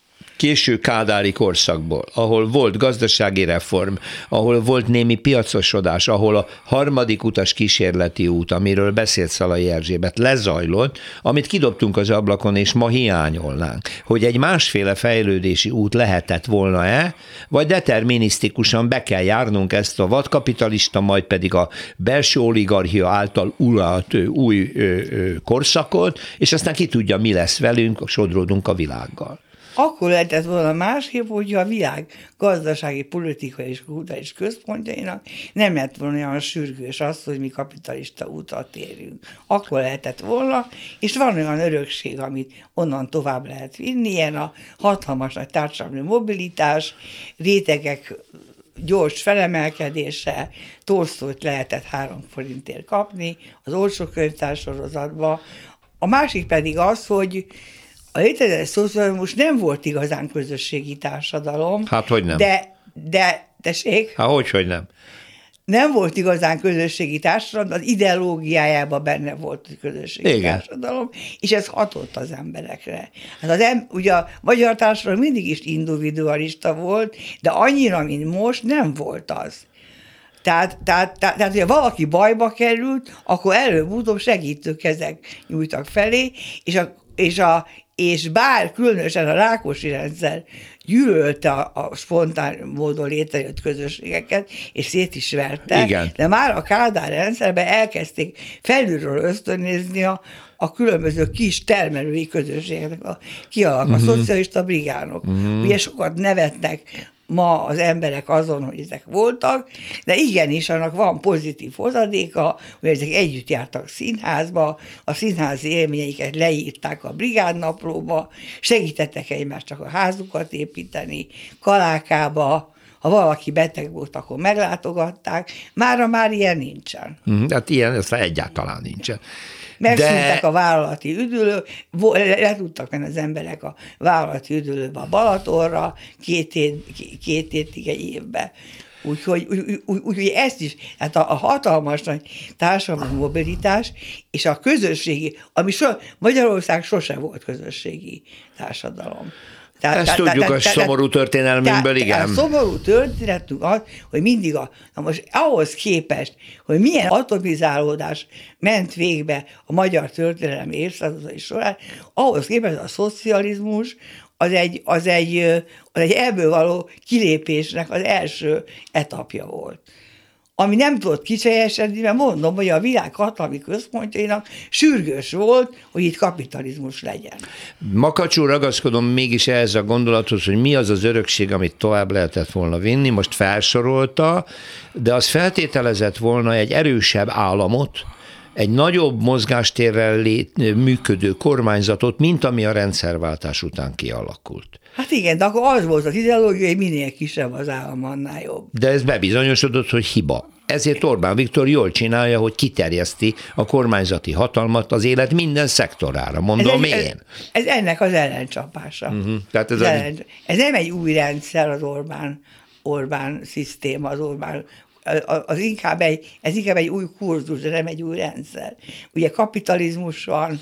késő kádári korszakból, ahol volt gazdasági reform, ahol volt némi piacosodás, ahol a harmadik utas kísérleti út, amiről beszélt Szalai Erzsébet, lezajlott, amit kidobtunk az ablakon, és ma hiányolnánk, hogy egy másféle fejlődési út lehetett volna-e, vagy determinisztikusan be kell járnunk ezt a vadkapitalista, majd pedig a belső oligarchia által uralt új korszakot, és aztán ki tudja, mi lesz velünk, sodródunk a világgal. Akkor lehetett volna másképp, hogyha a világ gazdasági, politikai és kulturális központjainak nem lett volna olyan sürgős az, hogy mi kapitalista útra térjünk. Akkor lehetett volna, és van olyan örökség, amit onnan tovább lehet vinni, ilyen a hatalmas nagy társadalmi mobilitás, rétegek gyors felemelkedése, Tolsztojt lehetett három forintért kapni az olcsó könyvtársorozatba. A másik pedig az, hogy a létezett szocializmus nem volt igazán közösségi társadalom. Hát, hogy nem? De, de tessék? Hát, hogy, hogy nem? Nem volt igazán közösségi társadalom, az ideológiájában benne volt a közösségi Igen. társadalom, és ez hatott az emberekre. Hát az em, ugye a magyar társadalom mindig is individualista volt, de annyira, mint most, nem volt az. Tehát, tehát, tehát, tehát, hogyha valaki bajba került, akkor előbb-utóbb segítő kezek nyújtak felé, és a, és a és bár különösen a Rákosi rendszer gyűlölte a, a spontán módon létrejött közösségeket, és szét is verte, igen. De már a Kádár rendszerben elkezdték felülről ösztönözni a, a különböző kis termelői közösségeknek a kialak, uh-huh. a szocialista brigánok. Uh-huh. Ugye sokat nevetnek ma az emberek azon, hogy ezek voltak, de igenis annak van pozitív hozadéka, hogy ezek együtt jártak színházba, a színházi élményeiket leírták a brigádnaplóba, segítettek egymásnak a házukat építeni, Kalákába, ha valaki beteg volt, akkor meglátogatták, mára már ilyen nincsen. Hát ilyen aztán egyáltalán nincsen. Megszűntek De... a vállalati üdülők, le tudtak menni az emberek a vállalati üdülőbe a Balatonra két, év, két hétig egy évben. Úgyhogy úgy, úgy, úgy, ezt is, hát a, a hatalmas nagy társadalmi mobilitás és a közösségi, ami so, Magyarország sosem volt közösségi társadalom. Tehát, Ezt tehát, tudjuk tehát, a szomorú történelmünkből, igen. A szomorú történetünk az, hogy mindig a, na most ahhoz képest, hogy milyen atomizálódás ment végbe a magyar történelem évszázadai során, ahhoz képest a szocializmus az egy, az egy, az egy ebből való kilépésnek az első etapja volt. Ami nem tudott kicseljesedni, mert mondom, hogy a világ hatalmi központjainak sürgős volt, hogy itt kapitalizmus legyen. Makacsú ragaszkodom mégis ehhez a gondolathoz, hogy mi az az örökség, amit tovább lehetett volna vinni, most felsorolta, de az feltételezett volna egy erősebb államot, egy nagyobb mozgástérrel lét, működő kormányzatot, mint ami a rendszerváltás után kialakult. Hát igen, de akkor az volt az ideológia, hogy minél kisebb az állam, annál jobb. De ez bebizonyosodott, hogy hiba. Ezért Orbán Viktor jól csinálja, hogy kiterjeszti a kormányzati hatalmat az élet minden szektorára, mondom ez, én. Ez, ez ennek az ellencsapása. Uh-huh. Tehát ez, ez, a... ellen, ez nem egy új rendszer az Orbán, Orbán szisztéma, az Orbán az inkább egy, ez inkább egy új kurzus, de nem egy új rendszer. Ugye kapitalizmus van,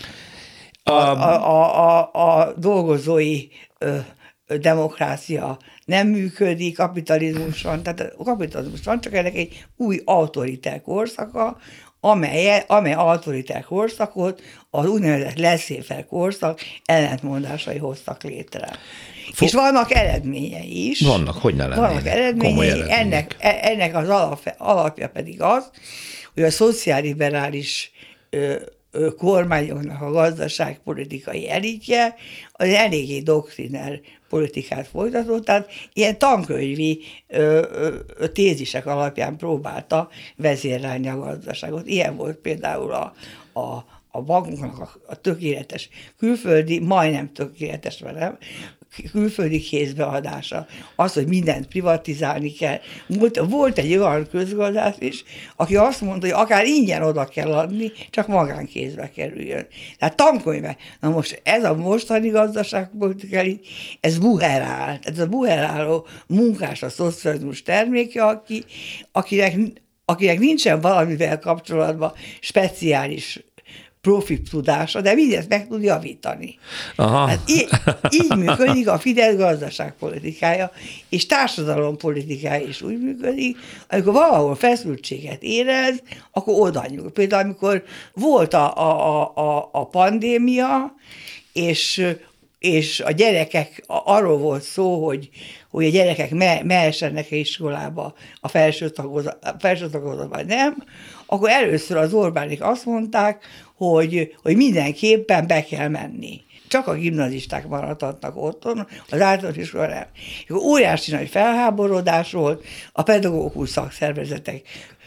a, a, a, a, a dolgozói ö, ö, demokrácia nem működik, kapitalizmus van, tehát a kapitalizmus van, csak ennek egy új autoriter korszaka, amely, amely autoriter korszakot az úgynevezett laissez-faire korszak ellentmondásai hoztak létre. Fo- és vannak eredményei is. Vannak, hogy ne lennének. Vannak eredményei, eredmények. Ennek, ennek az alapja, alapja pedig az, hogy a szociálliberális ö, ö, kormányoknak a gazdaságpolitikai elitje az eléggé doktriner politikát folytatott, tehát ilyen tankönyvi ö, ö, tézisek alapján próbálta vezérelni a gazdaságot. Ilyen volt például a, a, a bankoknak a, a tökéletes külföldi, majdnem tökéletes, mert nem, külföldi kézbeadása, az, hogy mindent privatizálni kell. Volt, volt egy olyan közgazdász is, aki azt mondta, hogy akár ingyen oda kell adni, csak magánkézbe kerüljön. Tehát tankolj. Na most ez a mostani gazdaságpolitikai, ez buherál. Ez a buheráló munkás a szocializmus terméke, aki, akinek, akinek nincsen valamivel kapcsolatban speciális profi tudása, de mindezt meg tud javítani. Aha. Hát így, így működik a Fidesz gazdaságpolitikája, és társadalompolitikája is úgy működik, amikor valahol feszültséget érez, akkor oda nyúl. Például amikor volt a, a, a, a pandémia, és, és a gyerekek, arról volt szó, hogy, hogy a gyerekek me, mehessenek iskolába a felső tagozatban, vagy nem, akkor először az Orbánik azt mondták, hogy, hogy mindenképpen be kell menni. Csak a gimnazisták maradhatnak otthon, az általános iskola nem. Óriási nagy felháborodás volt, a pedagógus szakszervezetek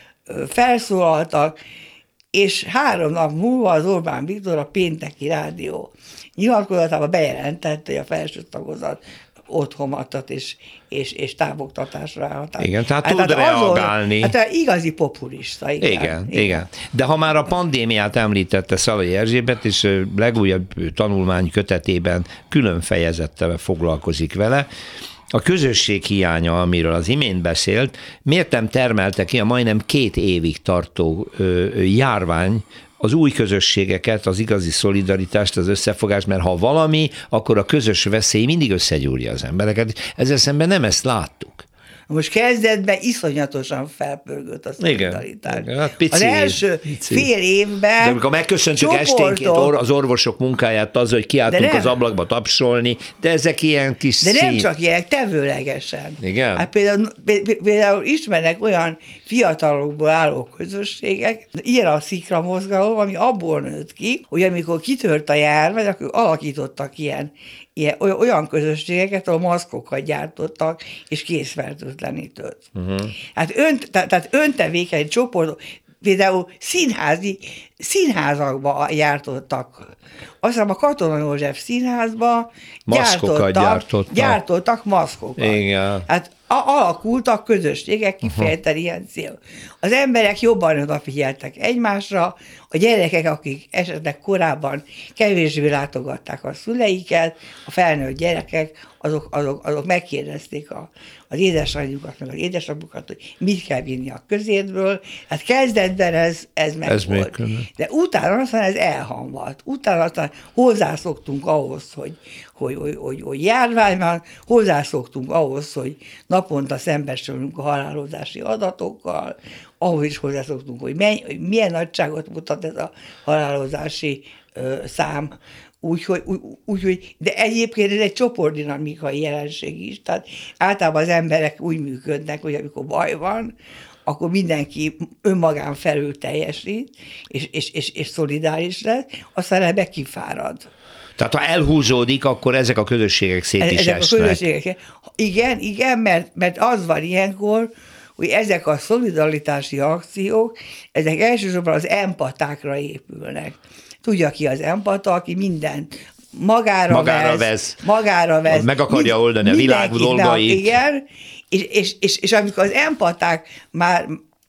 felszólaltak, és három nap múlva az Orbán Viktor a Pénteki Rádió nyilatkozatában bejelentette, hogy a felső tagozat otthonmatat és, és, és távoktatásra állhatás. Igen, tehát hát, tud hát reagálni. Azon, hát igazi populista. Igen, igen, igen, igen. De ha már a pandémiát említette Szalai Erzsébet, és legújabb tanulmány kötetében külön fejezettel foglalkozik vele, a közösség hiánya, amiről az imént beszélt, miért nem termelte ki a majdnem két évig tartó ö, járvány az új közösségeket, az igazi szolidaritást, az összefogást, mert ha valami, akkor a közös veszély mindig összegyúrja az embereket. Ezzel szemben nem ezt láttuk. Most kezdetben iszonyatosan felpörgött a szolidaritás. Igen, hát pici az első pici. fél évben de amikor megköszöntjük esténként az orvosok munkáját az, hogy kiálltunk az ablakba tapsolni, de ezek ilyen kis De nem szín... csak ilyenek, tevőlegesen. Igen? Hát például, például ismernek olyan fiatalokból álló közösségek, ilyen a szikra mozgalom, ami abból nőtt ki, hogy amikor kitört a járvány, akkor alakítottak ilyen Ilyen, olyan közösségeket, ahol maszkokat gyártottak, és készfertőtlenítőt. Uh-huh. Hát ön, tehát, tehát öntevékeny csoportok, például színházi, színházakba gyártottak. Aztán a Katona József színházba gyártottak, gyártottak. gyártottak maszkokat. Igen. Hát alakultak közösségek kifejezetten uh-huh. ilyen cél. Az emberek jobban odafigyeltek egymásra, a gyerekek, akik esetleg korábban kevésbé látogatták a szüleiket, a felnőtt gyerekek, azok, azok, azok megkérdezték a, az édesanyjukat, meg az édesapukat, hogy mit kell vinni a közétből. Hát kezdetben ez, ez meg ez volt. De utána aztán ez elhamvadt. Utána aztán hozzászoktunk ahhoz, hogy, hogy, hogy, hogy, hogy járvány van, hozzászoktunk ahhoz, hogy naponta szembesülünk a halálozási adatokkal, ahhoz is hozzászoktunk, hogy, menny, hogy milyen nagyságot mutat ez a halálozási ö, szám, úgyhogy, úgy, úgy, de egyébként ez egy csoportdinamikai jelenség is, tehát általában az emberek úgy működnek, hogy amikor baj van, akkor mindenki önmagán felül teljesít, és, és, és, és szolidáris lesz, aztán ebbe kifárad. Tehát ha elhúzódik, akkor ezek a közösségek szét is ezek esnek. A közösségek, igen, igen, mert, mert az van ilyenkor, hogy ezek a szolidaritási akciók, ezek elsősorban az empatákra épülnek. Tudja ki az empata, aki mindent magára, magára vesz, vesz, magára vesz, meg akarja oldani a világ dolgait. Igen, és, és, és, és amikor az empaták már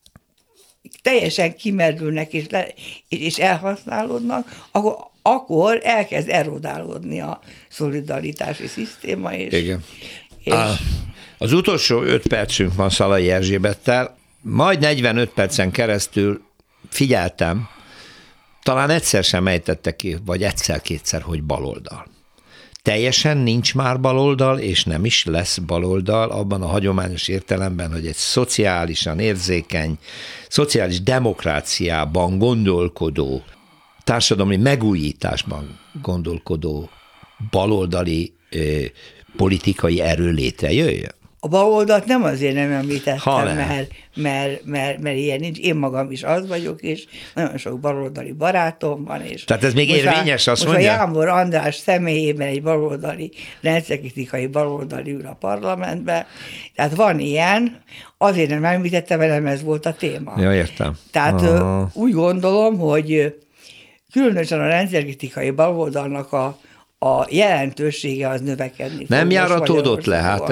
teljesen kimerülnek és, le, és elhasználódnak, akkor, akkor elkezd erodálódni a szolidaritási szisztéma. És, igen. És, az utolsó öt percünk van Szalai Erzsébettel, majd negyvenöt percen keresztül figyeltem, talán egyszer sem ejtette ki, vagy egyszer-kétszer, hogy baloldal. Teljesen nincs már baloldal, és nem is lesz baloldal abban a hagyományos értelemben, hogy egy szociálisan érzékeny, szociális demokráciában gondolkodó, társadalmi megújításban gondolkodó baloldali ö, politikai erő létrejöjjön. A baloldalt nem azért nem említettem, ha mert, mert, mert, mert ilyen nincs. Én magam is az vagyok, és nagyon sok baloldali barátom van. És tehát ez még érvényes, azt most mondja? Most a Jámbor András személyében egy baloldali, rendszerkritikai baloldali ül a parlamentben. Tehát van ilyen, azért nem említettem, mert nem ez volt a téma. Ja, értem. Tehát aha. úgy gondolom, hogy különösen a rendszerkritikai baloldalnak a, a jelentősége az növekedni fog. Nem járatódott le, hát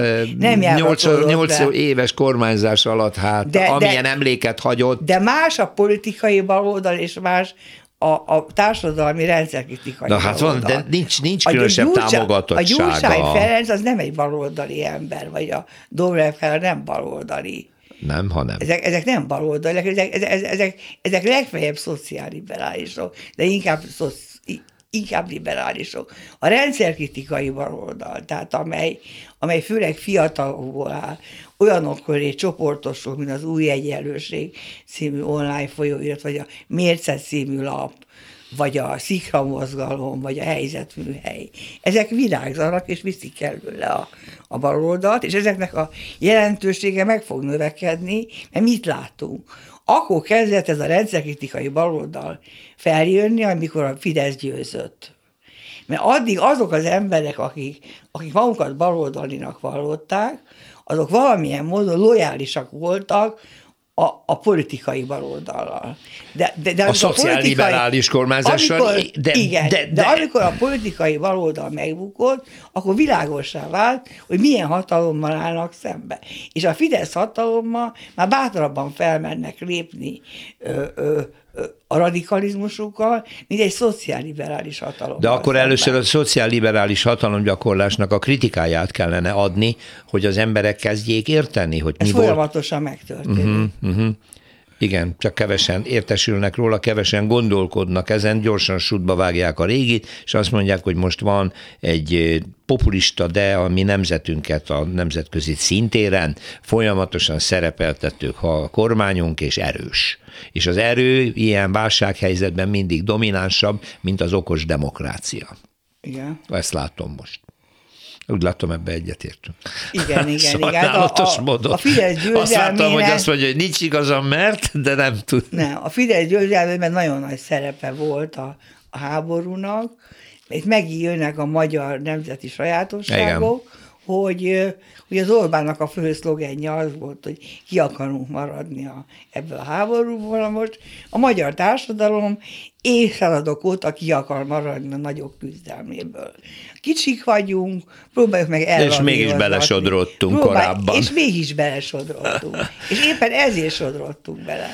nyolc éves kormányzás alatt, hát de, amilyen de, emléket hagyott. De más a politikai baloldal, és más a, a társadalmi rendszerkritikai Na hát van, de nincs, nincs különösebb a támogatottsága. A Gyurcsány Ferenc az nem egy baloldali ember, vagy a Dobrev Klára nem baloldali. Nem, hanem. Ezek, ezek nem baloldaliak, ezek, ezek, ezek, ezek legfeljebb szociálliberálisok, de inkább szoci, inkább liberálisok. A rendszerkritikai baloldal, tehát amely, amely főleg fiatalokból áll, olyanok köré csoportosul, mint az Új Egyenlőség című online folyóirat, vagy a Mérce című lap, vagy a Szikra mozgalom, vagy a Helyzetműhely. Ezek virágzanak, és viszik előle a, a baloldalt, és ezeknek a jelentősége meg fog növekedni, mert mit látunk? Akkor kezdett ez a rendszerkritikai baloldal feljönni, amikor a Fidesz győzött. Mert addig azok az emberek, akik, akik magukat baloldalinak vallották, azok valamilyen módon lojálisak voltak a, a politikai baloldallal. De, de, de a szociálliberális kormányzással. Amikor, de, igen, de, de, de amikor a politikai baloldal megbukott, akkor világossá vált, hogy milyen hatalommal állnak szembe. És a Fidesz hatalommal már bátrabban felmennek lépni ö, ö, a radikalizmusukkal, mint egy szociálliberális hatalom. De akkor szemben. Először a szociálliberális hatalomgyakorlásnak a kritikáját kellene adni, hogy az emberek kezdjék érteni, hogy Ez mi volt. folyamatosan megtörténik. Uh-huh, uh-huh. Igen, csak kevesen értesülnek róla, kevesen gondolkodnak ezen, gyorsan sútba vágják a régit, és azt mondják, hogy most van egy populista, de a mi nemzetünket a nemzetközi szintéren folyamatosan szerepeltető a kormányunk, és erős. És az erő ilyen válsághelyzetben mindig dominánsabb, mint az okos demokrácia. Igen. Ezt látom most. Úgy látom, ebbe egyetértünk. Igen, igen, igen. Sajnálatos a, módon. A Fidesz győzelmének... Azt láttam, hogy azt mondja, hogy nincs igazam, mert, de nem tud. Nem, a Fidesz győzelmében nagyon nagy szerepe volt a, a háborúnak. Itt megint jönnek a magyar nemzeti sajátosságok, igen. hogy hogy az Orbánnak a fő szlogenje az volt, hogy ki akarunk maradni a, ebből a háborúból. Most a magyar társadalom évszázadok óta ki akar maradni a nagyok küzdelméből. Kicsik vagyunk, próbáljuk meg elradni. És mégis belesodrottunk Próbál, korábban. És mégis belesodrottunk. És éppen ezért sodrottunk bele.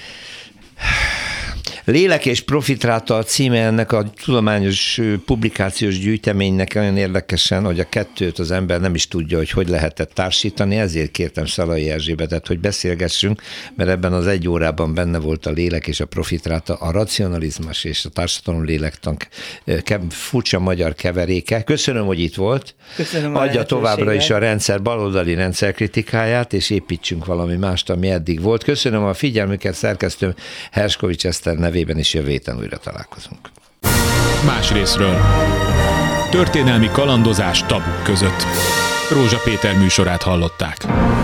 Lélek és profitráta a címe ennek a tudományos publikációs gyűjteménynek, olyan érdekesen, hogy a kettőt az ember nem is tudja, hogy hogy lehetett társítani, ezért kértem Szalai Erzsébetet, hogy beszélgessünk, mert ebben az egy órában benne volt a lélek és a profitráta, a racionalizmus és a társadalom lélektan furcsa magyar keveréke. Köszönöm, hogy itt volt. Köszönöm. Adja továbbra is a rendszer baloldali rendszerkritikáját, és építsünk valami mást, ami eddig volt. Köszönöm a figyelmüket, szerkesztőm Herskovics Eszter nevében is jövő héten újra találkozunk. Más részről. Történelmi kalandozás tabuk között. Rózsa Péter műsorát hallották.